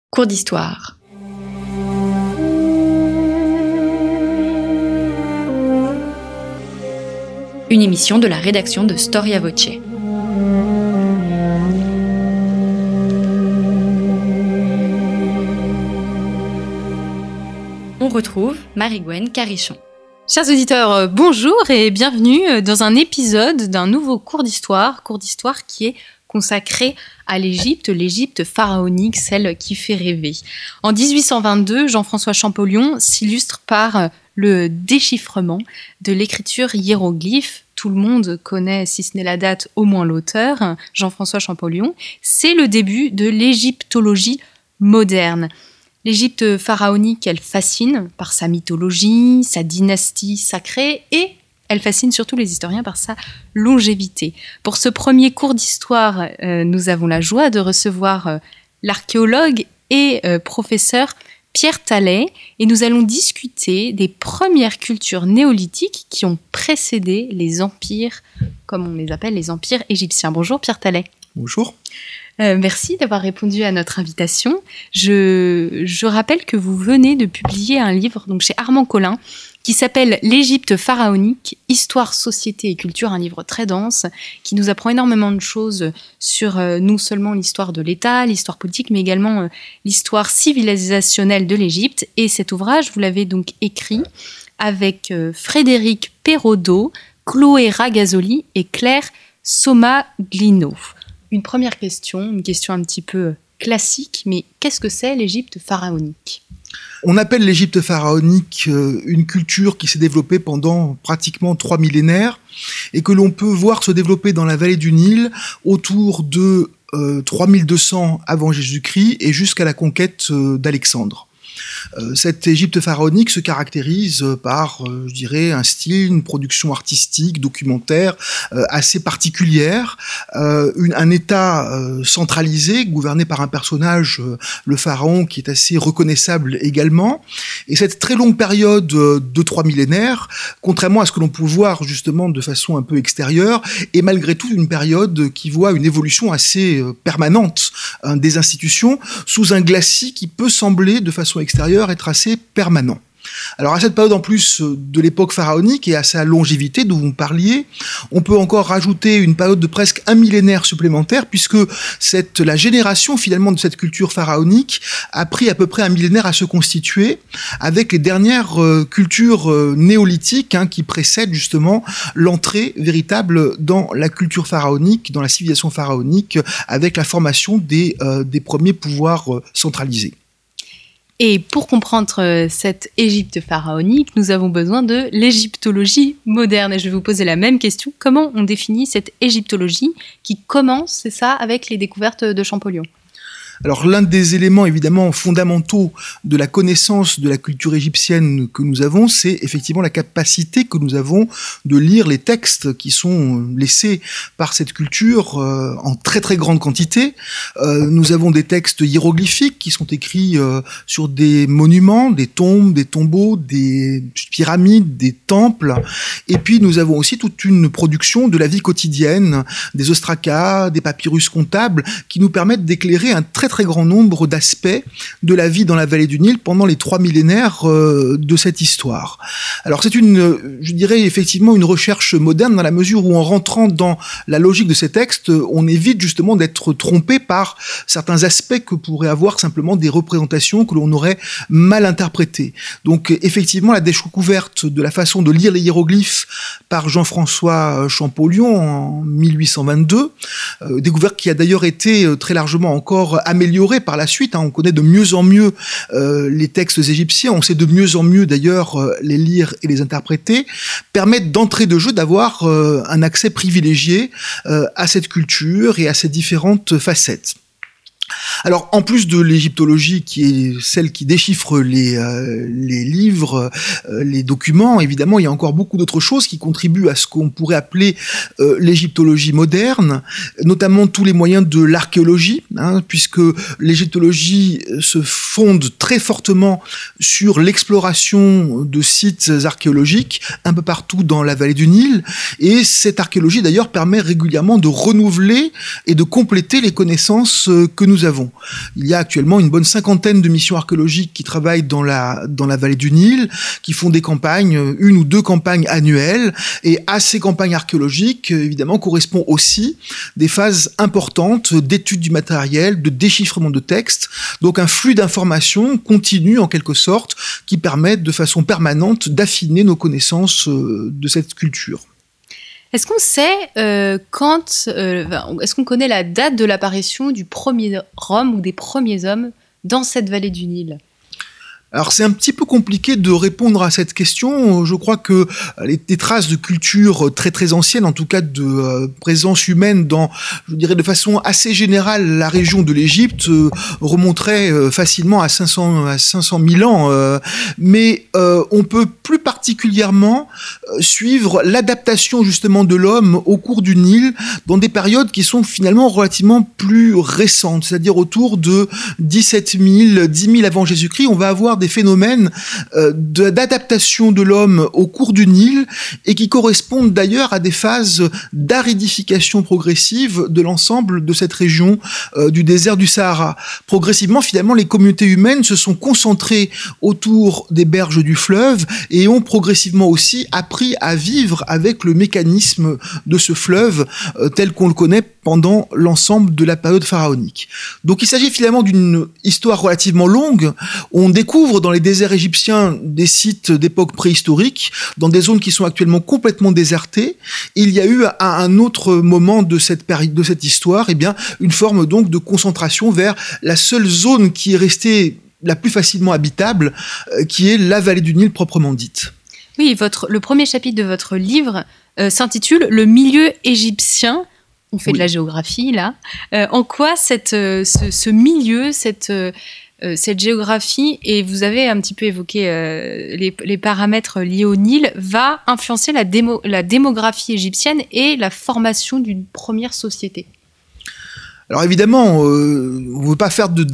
Cours d'histoire. Une émission de la rédaction de Storia Voce. On retrouve Marie-Gwen Carichon. Chers auditeurs, bonjour et bienvenue dans un épisode d'un nouveau cours d'histoire qui est consacré à l'Égypte pharaonique, celle qui fait rêver. En 1822, Jean-François Champollion s'illustre par le déchiffrement de l'écriture hiéroglyphe. Tout le monde connaît, si ce n'est la date, au moins l'auteur, Jean-François Champollion. C'est le début de l'égyptologie moderne. L'Égypte pharaonique, elle fascine par sa mythologie, sa dynastie sacrée et elle fascine surtout les historiens par sa longévité. Pour ce premier cours d'histoire, nous avons la joie de recevoir l'archéologue et professeur Pierre Tallet et nous allons discuter des premières cultures néolithiques qui ont précédé les empires, comme on les appelle les empires égyptiens. Bonjour Pierre Tallet. Bonjour. Merci d'avoir répondu à notre invitation. Je rappelle que vous venez de publier un livre donc chez Armand Collin qui s'appelle L'Égypte pharaonique, histoire, société et culture, un livre très dense qui nous apprend énormément de choses sur non seulement l'histoire de l'État, l'histoire politique, mais également l'histoire civilisationnelle de l'Égypte. Et cet ouvrage, vous l'avez donc écrit avec Frédéric Perraudot, Chloé Ragazoli et Claire Somaglino. Une première question, une question un petit peu classique, mais qu'est-ce que c'est l'Égypte pharaonique ? On appelle l'Égypte pharaonique une culture qui s'est développée pendant pratiquement 3 millénaires et que l'on peut voir se développer dans la vallée du Nil autour de 3200 avant Jésus-Christ et jusqu'à la conquête d'Alexandre. Cette Égypte pharaonique se caractérise par, je dirais, un style, une production artistique, documentaire assez particulière, un État centralisé, gouverné par un personnage, le pharaon, qui est assez reconnaissable également. Et cette très longue période de 3 millénaires, contrairement à ce que l'on peut voir justement de façon un peu extérieure, est malgré tout une période qui voit une évolution assez permanente des institutions sous un glacis qui peut sembler de façon extérieure être assez permanent. Alors à cette période en plus de l'époque pharaonique et à sa longévité dont vous parliez, on peut encore rajouter une période de presque un millénaire supplémentaire puisque la génération finalement de cette culture pharaonique a pris à peu près un millénaire à se constituer avec les dernières cultures néolithiques qui précèdent justement l'entrée véritable dans la culture pharaonique, dans la civilisation pharaonique avec la formation des premiers pouvoirs centralisés. Et pour comprendre cette Égypte pharaonique, nous avons besoin de l'égyptologie moderne. Et je vais vous poser la même question. Comment on définit cette égyptologie qui commence, c'est ça, avec les découvertes de Champollion ? Alors l'un des éléments évidemment fondamentaux de la connaissance de la culture égyptienne que nous avons, c'est effectivement la capacité que nous avons de lire les textes qui sont laissés par cette culture en très très grande quantité. Nous avons des textes hiéroglyphiques qui sont écrits sur des monuments, des tombes, des tombeaux, des pyramides, des temples. Et puis nous avons aussi toute une production de la vie quotidienne, des ostracas, des papyrus comptables qui nous permettent d'éclairer un très grand nombre d'aspects de la vie dans la vallée du Nil pendant les 3 millénaires de cette histoire. Alors c'est je dirais effectivement une recherche moderne dans la mesure où en rentrant dans la logique de ces textes, on évite justement d'être trompé par certains aspects que pourraient avoir simplement des représentations que l'on aurait mal interprétées. Donc effectivement la découverte de la façon de lire les hiéroglyphes par Jean-François Champollion en 1822, découverte qui a d'ailleurs été très largement encore améliorée par la suite. On connaît de mieux en mieux les textes égyptiens, on sait de mieux en mieux d'ailleurs les lire et les interpréter, permettent d'entrée de jeu d'avoir un accès privilégié à cette culture et à ses différentes facettes. Alors, en plus de l'égyptologie, qui est celle qui déchiffre les livres, les documents, évidemment, il y a encore beaucoup d'autres choses qui contribuent à ce qu'on pourrait appeler l'égyptologie moderne, notamment tous les moyens de l'archéologie, puisque l'égyptologie se fonde très fortement sur l'exploration de sites archéologiques un peu partout dans la vallée du Nil. Et cette archéologie, d'ailleurs, permet régulièrement de renouveler et de compléter les connaissances que nous avons. Il y a actuellement une bonne 50aine de missions archéologiques qui travaillent dans la vallée du Nil, qui font des campagnes, 1 ou 2 campagnes annuelles. Et à ces campagnes archéologiques, évidemment, correspond aussi des phases importantes d'études du matériel, de déchiffrement de textes. Donc un flux d'informations continu, en quelque sorte, qui permettent de façon permanente d'affiner nos connaissances de cette culture. Est-ce qu'on sait est-ce qu'on connaît la date de l'apparition du premier homme ou des premiers hommes dans cette vallée du Nil ? Alors c'est un petit peu compliqué de répondre à cette question. Je crois que des traces de culture très très anciennes, en tout cas de présence humaine dans, je dirais de façon assez générale, la région de l'Égypte remonteraient facilement à 500 000 ans. Mais on peut plus particulièrement suivre l'adaptation justement de l'homme au cours du Nil dans des périodes qui sont finalement relativement plus récentes, c'est-à-dire autour de 17 000, 10 000 avant Jésus-Christ. On va avoir des phénomènes d'adaptation de l'homme au cours du Nil et qui correspondent d'ailleurs à des phases d'aridification progressive de l'ensemble de cette région du désert du Sahara. Progressivement, finalement, les communautés humaines se sont concentrées autour des berges du fleuve et ont progressivement aussi appris à vivre avec le mécanisme de ce fleuve tel qu'on le connaît pendant l'ensemble de la période pharaonique. Donc il s'agit finalement d'une histoire relativement longue. On découvre dans les déserts égyptiens des sites d'époque préhistorique, dans des zones qui sont actuellement complètement désertées. Il y a eu à un autre moment de cette histoire, une forme donc de concentration vers la seule zone qui est restée la plus facilement habitable, qui est la vallée du Nil proprement dite. Oui, le premier chapitre de votre livre s'intitule « Le milieu égyptien ». On fait de la géographie, là. En quoi ce milieu, cette géographie, et vous avez un petit peu évoqué les paramètres liés au Nil, va influencer la démographie égyptienne et la formation d'une première société ? Alors évidemment, on ne veut pas faire de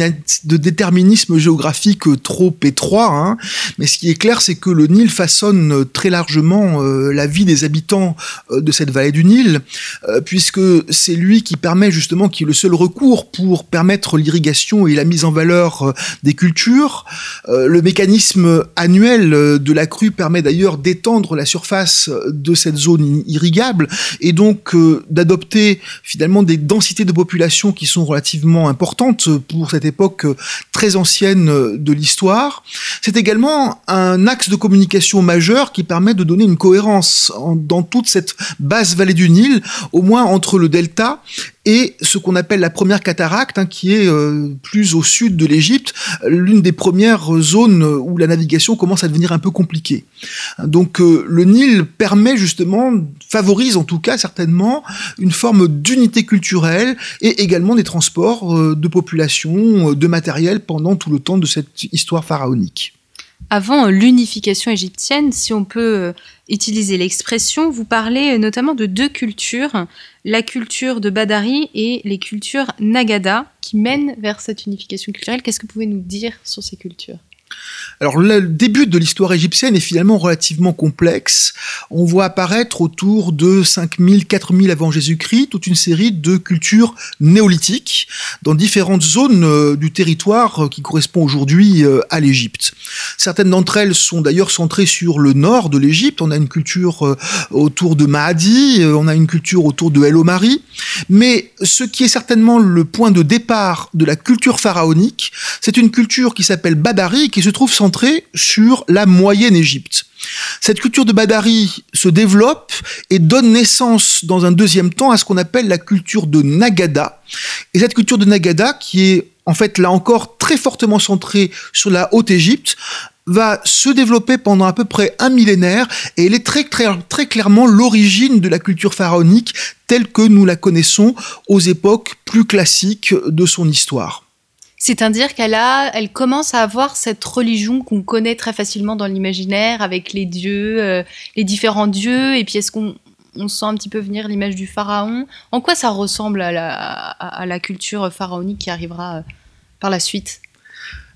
déterminisme géographique trop étroit, mais ce qui est clair, c'est que le Nil façonne très largement la vie des habitants de cette vallée du Nil, puisque c'est lui qui permet justement, qui est le seul recours pour permettre l'irrigation et la mise en valeur des cultures. Le mécanisme annuel de la crue permet d'ailleurs d'étendre la surface de cette zone irrigable et donc d'adopter finalement des densités de populations qui sont relativement importantes pour cette époque très ancienne de l'histoire. C'est également un axe de communication majeur qui permet de donner une cohérence dans toute cette basse vallée du Nil, au moins entre le delta et ce qu'on appelle la première cataracte, qui est plus au sud de l'Égypte, l'une des premières zones où la navigation commence à devenir un peu compliquée. Donc le Nil permet justement, favorise en tout cas certainement, une forme d'unité culturelle et également des transports de population, de matériel pendant tout le temps de cette histoire pharaonique. Avant l'unification égyptienne, si on peut utiliser l'expression, vous parlez notamment de 2 cultures, la culture de Badari et les cultures Nagada, qui mènent vers cette unification culturelle. Qu'est-ce que vous pouvez nous dire sur ces cultures ? Alors le début de l'histoire égyptienne est finalement relativement complexe. On voit apparaître autour de 5000, 4000 avant Jésus-Christ toute une série de cultures néolithiques dans différentes zones du territoire qui correspond aujourd'hui à l'Égypte. Certaines d'entre elles sont d'ailleurs centrées sur le nord de l'Égypte. On a une culture autour de Mahdi, on a une culture autour de El Omari. Mais ce qui est certainement le point de départ de la culture pharaonique, c'est une culture qui s'appelle Badari, qui se trouve centrée sur la moyenne Égypte. Cette culture de Badari se développe et donne naissance dans un deuxième temps à ce qu'on appelle la culture de Nagada. Et cette culture de Nagada, qui est en fait là encore très fortement centrée sur la Haute-Égypte, va se développer pendant à peu près un millénaire et elle est très clairement l'origine de la culture pharaonique telle que nous la connaissons aux époques plus classiques de son histoire. C'est-à-dire elle commence à avoir cette religion qu'on connaît très facilement dans l'imaginaire avec les dieux, les différents dieux, et puis est-ce qu'on sent un petit peu venir l'image du pharaon ? En quoi ça ressemble à la culture pharaonique qui arrivera par la suite ?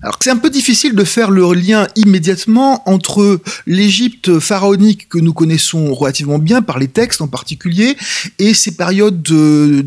Alors c'est un peu difficile de faire le lien immédiatement entre l'Égypte pharaonique que nous connaissons relativement bien par les textes en particulier et ces périodes de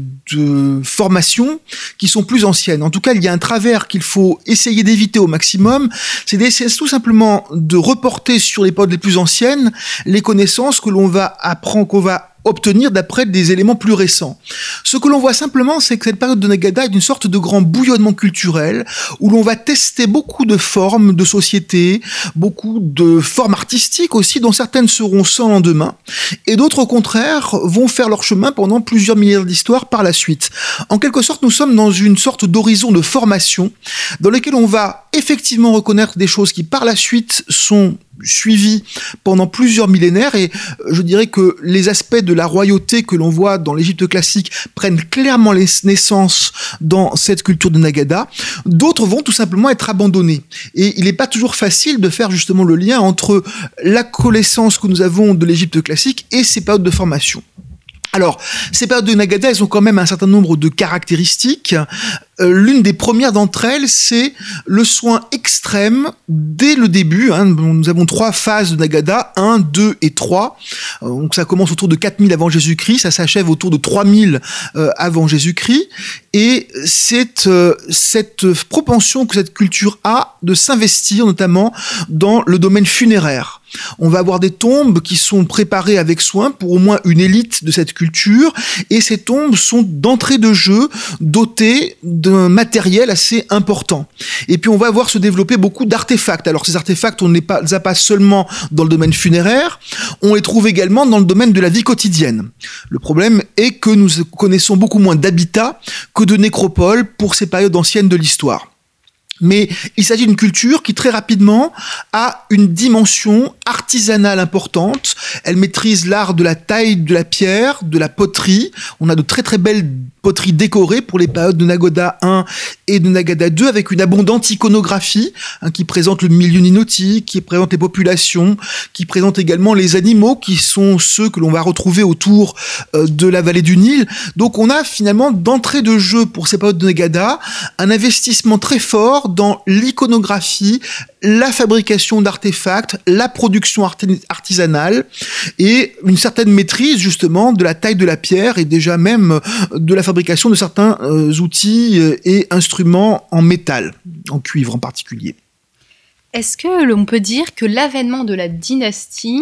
formation qui sont plus anciennes. En tout cas, il y a un travers qu'il faut essayer d'éviter au maximum, c'est d'essayer tout simplement de reporter sur les périodes les plus anciennes les connaissances que l'on va apprendre, qu'on va obtenir d'après des éléments plus récents. Ce que l'on voit simplement, c'est que cette période de Nagada est une sorte de grand bouillonnement culturel où l'on va tester beaucoup de formes de société, beaucoup de formes artistiques aussi, dont certaines seront sans lendemain, et d'autres au contraire vont faire leur chemin pendant plusieurs millénaires d'histoire par la suite. En quelque sorte, nous sommes dans une sorte d'horizon de formation dans lequel on va effectivement reconnaître des choses qui par la suite sont suivi pendant plusieurs millénaires, et je dirais que les aspects de la royauté que l'on voit dans l'Égypte classique prennent clairement naissance dans cette culture de Nagada. D'autres vont tout simplement être abandonnés. Et il n'est pas toujours facile de faire justement le lien entre la connaissance que nous avons de l'Égypte classique et ces périodes de formation. Alors, ces périodes de Nagada, elles ont quand même un certain nombre de caractéristiques. L'une des premières d'entre elles, c'est le soin extrême dès le début. Nous avons 3 phases de Nagada, 1, 2 et 3. Donc ça commence autour de 4000 avant Jésus-Christ, ça s'achève autour de 3000 avant Jésus-Christ. Et c'est cette propension que cette culture a de s'investir notamment dans le domaine funéraire. On va avoir des tombes qui sont préparées avec soin pour au moins une élite de cette culture, et ces tombes sont d'entrée de jeu dotées d'un matériel assez important. Et puis on va voir se développer beaucoup d'artefacts. Alors ces artefacts, on ne les a pas seulement dans le domaine funéraire, on les trouve également dans le domaine de la vie quotidienne. Le problème est que nous connaissons beaucoup moins d'habitats que de nécropoles pour ces périodes anciennes de l'histoire. Mais il s'agit d'une culture qui très rapidement a une dimension artisanale importante. Elle maîtrise l'art de la taille de la pierre, de la poterie. On a de très très belles poteries décorées pour les périodes de Nagada 1 et de Nagada 2 avec une abondante iconographie qui présente le milieu nilotique, qui présente les populations, qui présente également les animaux qui sont ceux que l'on va retrouver autour de la vallée du Nil. Donc on a finalement d'entrée de jeu pour ces périodes de Nagada un investissement très fort dans l'iconographie, la fabrication d'artefacts, la production artisanale et une certaine maîtrise justement de la taille de la pierre et déjà même de la fabrication de certains outils et instruments en métal, en cuivre en particulier. Est-ce que l'on peut dire que l'avènement de la dynastie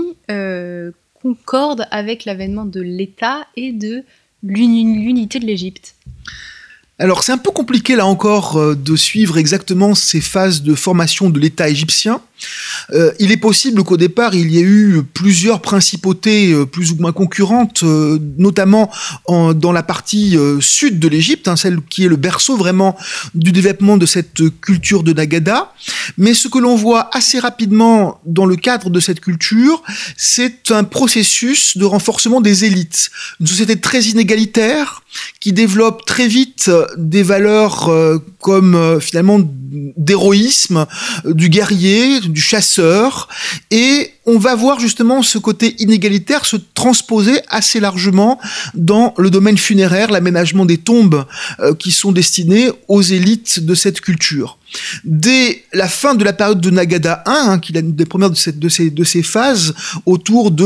concorde avec l'avènement de l'État et de l'unité de l'Égypte ? Alors c'est un peu compliqué là encore de suivre exactement ces phases de formation de l'État égyptien. Il est possible qu'au départ il y ait eu plusieurs principautés plus ou moins concurrentes, notamment dans la partie sud de l'Égypte, celle qui est le berceau vraiment du développement de cette culture de Nagada. Mais ce que l'on voit assez rapidement dans le cadre de cette culture, c'est un processus de renforcement des élites. Une société très inégalitaire qui développe très vite des valeurs comme finalement d'héroïsme, du guerrier, du chasseur, et on va voir justement ce côté inégalitaire se transposer assez largement dans le domaine funéraire, l'aménagement des tombes qui sont destinées aux élites de cette culture. Dès la fin de la période de Nagada 1, qui est l'une des premières de ces phases, autour de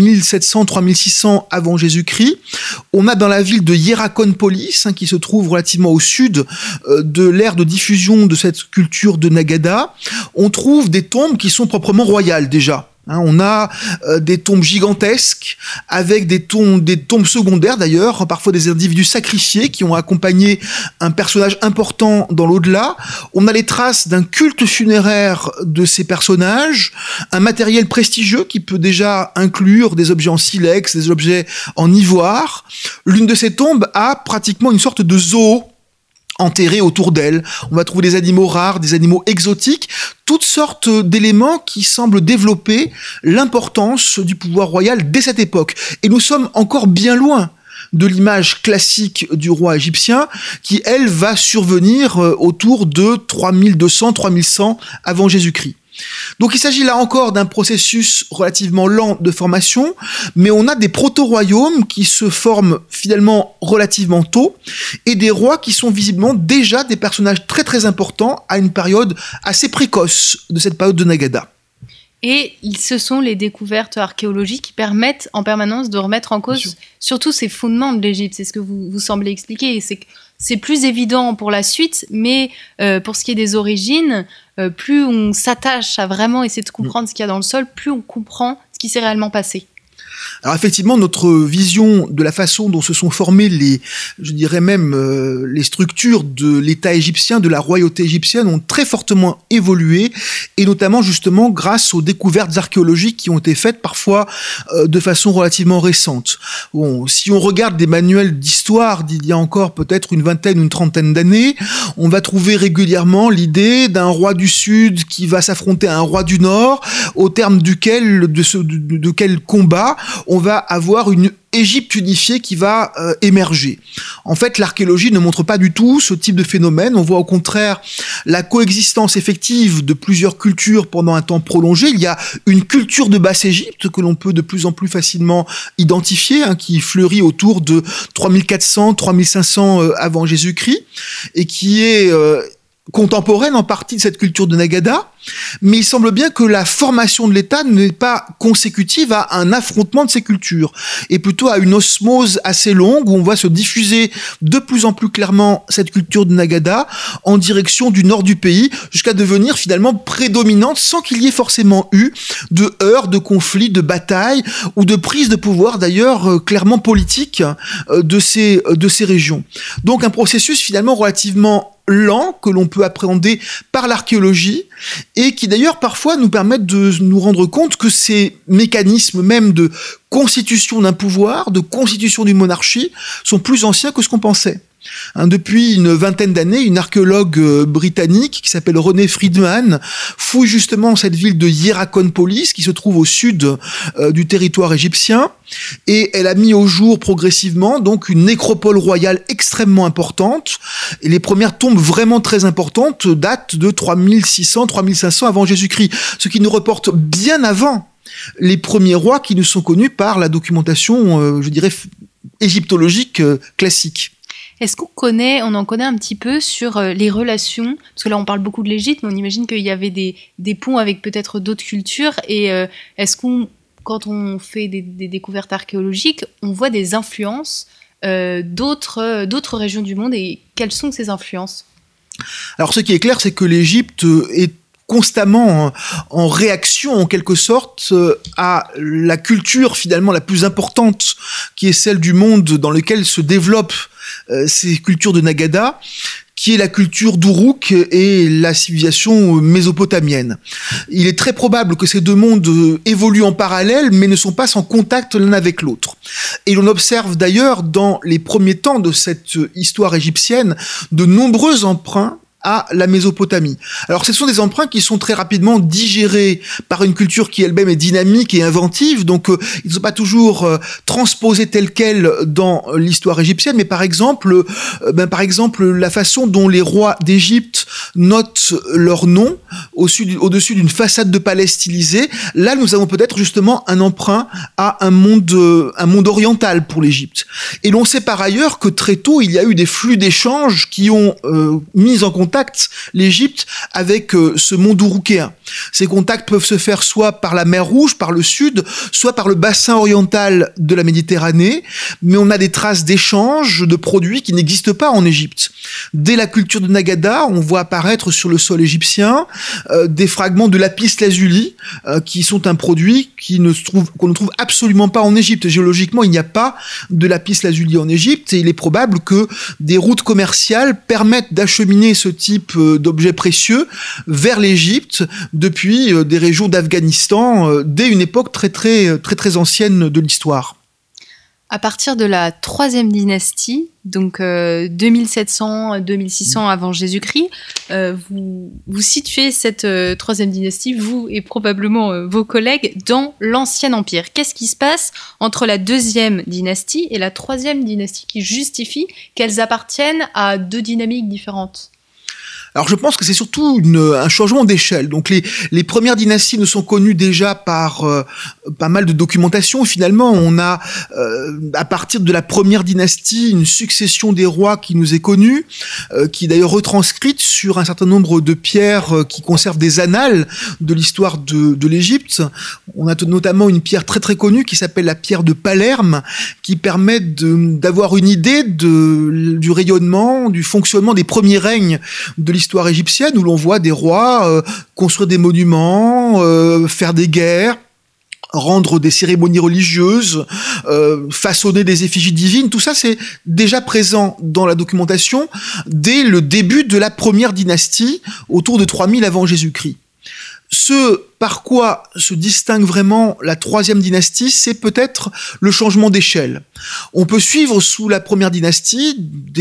3700-3600 avant Jésus-Christ, on a dans la ville de Hierakonpolis, qui se trouve relativement au sud de l'ère de diffusion de cette culture de Nagada, on trouve des tombes qui sont proprement royales déjà. On a des tombes gigantesques avec des tombes secondaires d'ailleurs, parfois des individus sacrifiés qui ont accompagné un personnage important dans l'au-delà. On a les traces d'un culte funéraire de ces personnages, un matériel prestigieux qui peut déjà inclure des objets en silex, des objets en ivoire. L'une de ces tombes a pratiquement une sorte de zoo enterrés autour d'elle. On va trouver des animaux rares, des animaux exotiques, toutes sortes d'éléments qui semblent développer l'importance du pouvoir royal dès cette époque. Et nous sommes encore bien loin de l'image classique du roi égyptien qui, elle, va survenir autour de 3200-3100 avant Jésus-Christ. Donc il s'agit là encore d'un processus relativement lent de formation, mais on a des proto-royaumes qui se forment finalement relativement tôt, et des rois qui sont visiblement déjà des personnages très très importants à une période assez précoce de cette période de Nagada. Et ce sont les découvertes archéologiques qui permettent en permanence de remettre en cause surtout ces fondements de l'Égypte. C'est ce que vous semblez expliquer. C'est que c'est plus évident pour la suite, mais pour ce qui est des origines, plus on s'attache à vraiment essayer de comprendre ce qu'il y a dans le sol, plus on comprend ce qui s'est réellement passé. Alors effectivement, notre vision de la façon dont se sont formées je dirais même les structures de l'État égyptien, de la royauté égyptienne ont très fortement évolué, et notamment justement grâce aux découvertes archéologiques qui ont été faites parfois de façon relativement récente. Bon, si on regarde des manuels d'histoire d'il y a encore peut-être une vingtaine, une trentaine d'années, on va trouver régulièrement l'idée d'un roi du Sud qui va s'affronter à un roi du Nord, au terme duquel, de quel combat on va avoir une Égypte unifiée qui va émerger. En fait, l'archéologie ne montre pas du tout ce type de phénomène. On voit au contraire la coexistence effective de plusieurs cultures pendant un temps prolongé. Il y a une culture de Basse-Égypte que l'on peut de plus en plus facilement identifier, qui fleurit autour de 3400, 3500 avant Jésus-Christ, et qui est contemporaine en partie de cette culture de Nagada, mais il semble bien que la formation de l'État n'est pas consécutive à un affrontement de ces cultures, et plutôt à une osmose assez longue où on voit se diffuser de plus en plus clairement cette culture de Nagada en direction du nord du pays, jusqu'à devenir finalement prédominante sans qu'il y ait forcément eu de heurts, de conflits, de batailles ou de prise de pouvoir d'ailleurs clairement politique de ces régions. Donc un processus finalement relativement lent que l'on peut appréhender par l'archéologie, et qui d'ailleurs parfois nous permettent de nous rendre compte que ces mécanismes même de constitution d'un pouvoir, de constitution d'une monarchie, sont plus anciens que ce qu'on pensait. Depuis une vingtaine d'années, une archéologue britannique qui s'appelle Renée Friedman fouille justement cette ville de Hierakonpolis qui se trouve au sud du territoire égyptien, et elle a mis au jour progressivement donc une nécropole royale extrêmement importante, et les premières tombes vraiment très importantes datent de 3600-3500 avant Jésus-Christ, ce qui nous reporte bien avant les premiers rois qui nous sont connus par la documentation, je dirais, égyptologique classique. Est-ce qu'on en connaît un petit peu sur les relations, parce que là on parle beaucoup de l'Égypte, mais on imagine qu'il y avait des ponts avec peut-être d'autres cultures, et est-ce quand on fait des découvertes archéologiques, on voit des influences d'autres régions du monde, et quelles sont ces influences ? Alors ce qui est clair, c'est que l'Égypte est constamment en réaction en quelque sorte à la culture finalement la plus importante qui est celle du monde dans lequel se développent ces cultures de Nagada, qui est la culture d'Uruk et la civilisation mésopotamienne. Il est très probable que ces deux mondes évoluent en parallèle, mais ne sont pas sans contact l'un avec l'autre. Et l'on observe d'ailleurs dans les premiers temps de cette histoire égyptienne de nombreux emprunts à la Mésopotamie. Alors ce sont des emprunts qui sont très rapidement digérés par une culture qui elle-même est dynamique et inventive, donc ils ne sont pas toujours transposés tels quels dans l'histoire égyptienne, mais par exemple la façon dont les rois d'Égypte notent leur nom au-dessus d'une façade de palais stylisée, là nous avons peut-être justement un emprunt à un monde oriental pour l'Égypte. Et l'on sait par ailleurs que très tôt il y a eu des flux d'échanges qui ont mis en contact l'Égypte avec ce monde urukéen. Ces contacts peuvent se faire soit par la mer Rouge, par le sud, soit par le bassin oriental de la Méditerranée, mais on a des traces d'échanges de produits qui n'existent pas en Égypte. Dès la culture de Nagada, on voit apparaître sur le sol égyptien des fragments de lapis-lazuli qui sont un produit qu'on ne trouve absolument pas en Égypte. Géologiquement, il n'y a pas de lapis-lazuli en Égypte, et il est probable que des routes commerciales permettent d'acheminer ce type d'objets précieux vers l'Égypte depuis des régions d'Afghanistan dès une époque très ancienne de l'histoire. À partir de la troisième dynastie, donc 2700-2600 avant Jésus-Christ, vous situez cette troisième dynastie, vous et probablement vos collègues, dans l'Ancien Empire. Qu'est-ce qui se passe entre la deuxième dynastie et la troisième dynastie qui justifie qu'elles appartiennent à deux dynamiques différentes ? Alors je pense que c'est surtout un changement d'échelle. Donc les premières dynasties ne sont connues déjà par pas mal de documentation. Finalement, on a à partir de la première dynastie une succession des rois qui nous est connue, qui est d'ailleurs retranscrite sur un certain nombre de pierres qui conservent des annales de l'histoire de l'Égypte. On a notamment une pierre très très connue qui s'appelle la pierre de Palerme, qui permet d'avoir une idée du rayonnement, du fonctionnement des premiers règnes de l'histoire égyptienne, où l'on voit des rois construire des monuments, faire des guerres, rendre des cérémonies religieuses, façonner des effigies divines. Tout ça, c'est déjà présent dans la documentation dès le début de la première dynastie, autour de 3000 avant Jésus-Christ. Ce par quoi se distingue vraiment la troisième dynastie, c'est peut-être le changement d'échelle. On peut suivre sous la première dynastie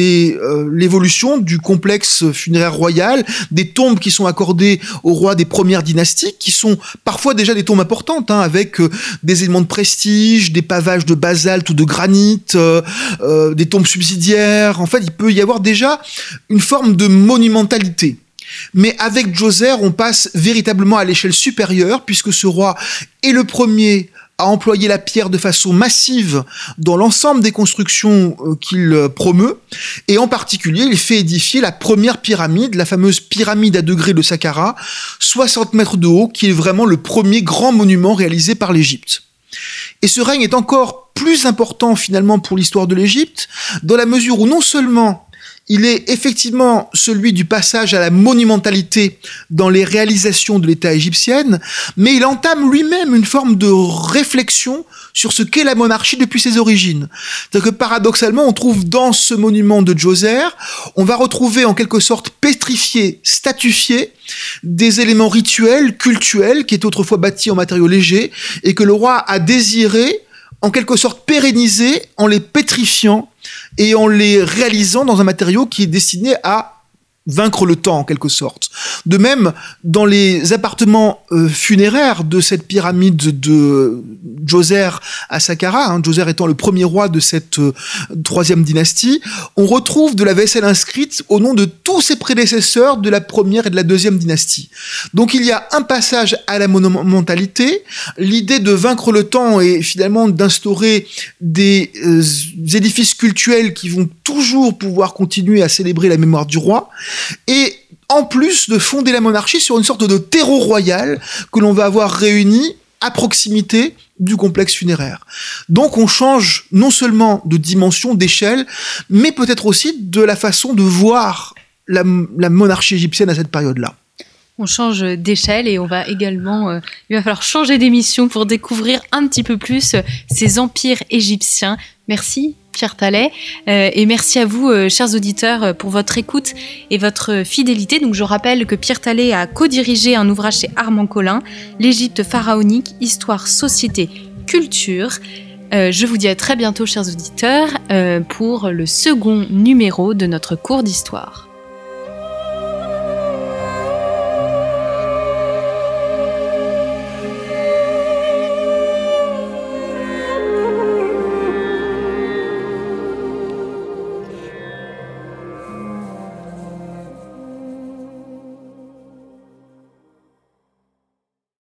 l'évolution du complexe funéraire royal, des tombes qui sont accordées aux rois des premières dynasties, qui sont parfois déjà des tombes importantes, avec des éléments de prestige, des pavages de basalte ou de granit, des tombes subsidiaires. En fait, il peut y avoir déjà une forme de monumentalité. Mais avec Djoser, on passe véritablement à l'échelle supérieure, puisque ce roi est le premier à employer la pierre de façon massive dans l'ensemble des constructions qu'il promeut, et en particulier, il fait édifier la première pyramide, la fameuse pyramide à degrés de Saqqara, 60 mètres de haut, qui est vraiment le premier grand monument réalisé par l'Égypte. Et ce règne est encore plus important finalement pour l'histoire de l'Égypte, dans la mesure où non seulement il est effectivement celui du passage à la monumentalité dans les réalisations de l'État égyptien, mais il entame lui-même une forme de réflexion sur ce qu'est la monarchie depuis ses origines. C'est-à-dire que paradoxalement, on trouve dans ce monument de Djoser, on va retrouver en quelque sorte pétrifié, statufié, des éléments rituels, cultuels, qui étaient autrefois bâtis en matériaux légers, et que le roi a désiré en quelque sorte pérenniser en les pétrifiant et en les réalisant dans un matériau qui est destiné à vaincre le temps en quelque sorte. De même, dans les appartements funéraires de cette pyramide de Djoser à Saqqara, Djoser étant le premier roi de cette troisième dynastie, on retrouve de la vaisselle inscrite au nom de tous ses prédécesseurs de la première et de la deuxième dynastie. Donc il y a un passage à la monumentalité, l'idée de vaincre le temps et finalement d'instaurer des édifices cultuels qui vont toujours pouvoir continuer à célébrer la mémoire du roi, et en plus de fonder la monarchie sur une sorte de terreau royal que l'on va avoir réuni à proximité du complexe funéraire. Donc on change non seulement de dimension, d'échelle, mais peut-être aussi de la façon de voir la monarchie égyptienne à cette période-là. On change d'échelle et on va également, il va falloir changer d'émission pour découvrir un petit peu plus ces empires égyptiens. Merci Pierre Tallet, et merci à vous, chers auditeurs, pour votre écoute et votre fidélité. Donc, je rappelle que Pierre Tallet a co-dirigé un ouvrage chez Armand Collin, L'Égypte pharaonique, histoire, société, culture. Je vous dis à très bientôt, chers auditeurs, pour le second numéro de notre cours d'histoire.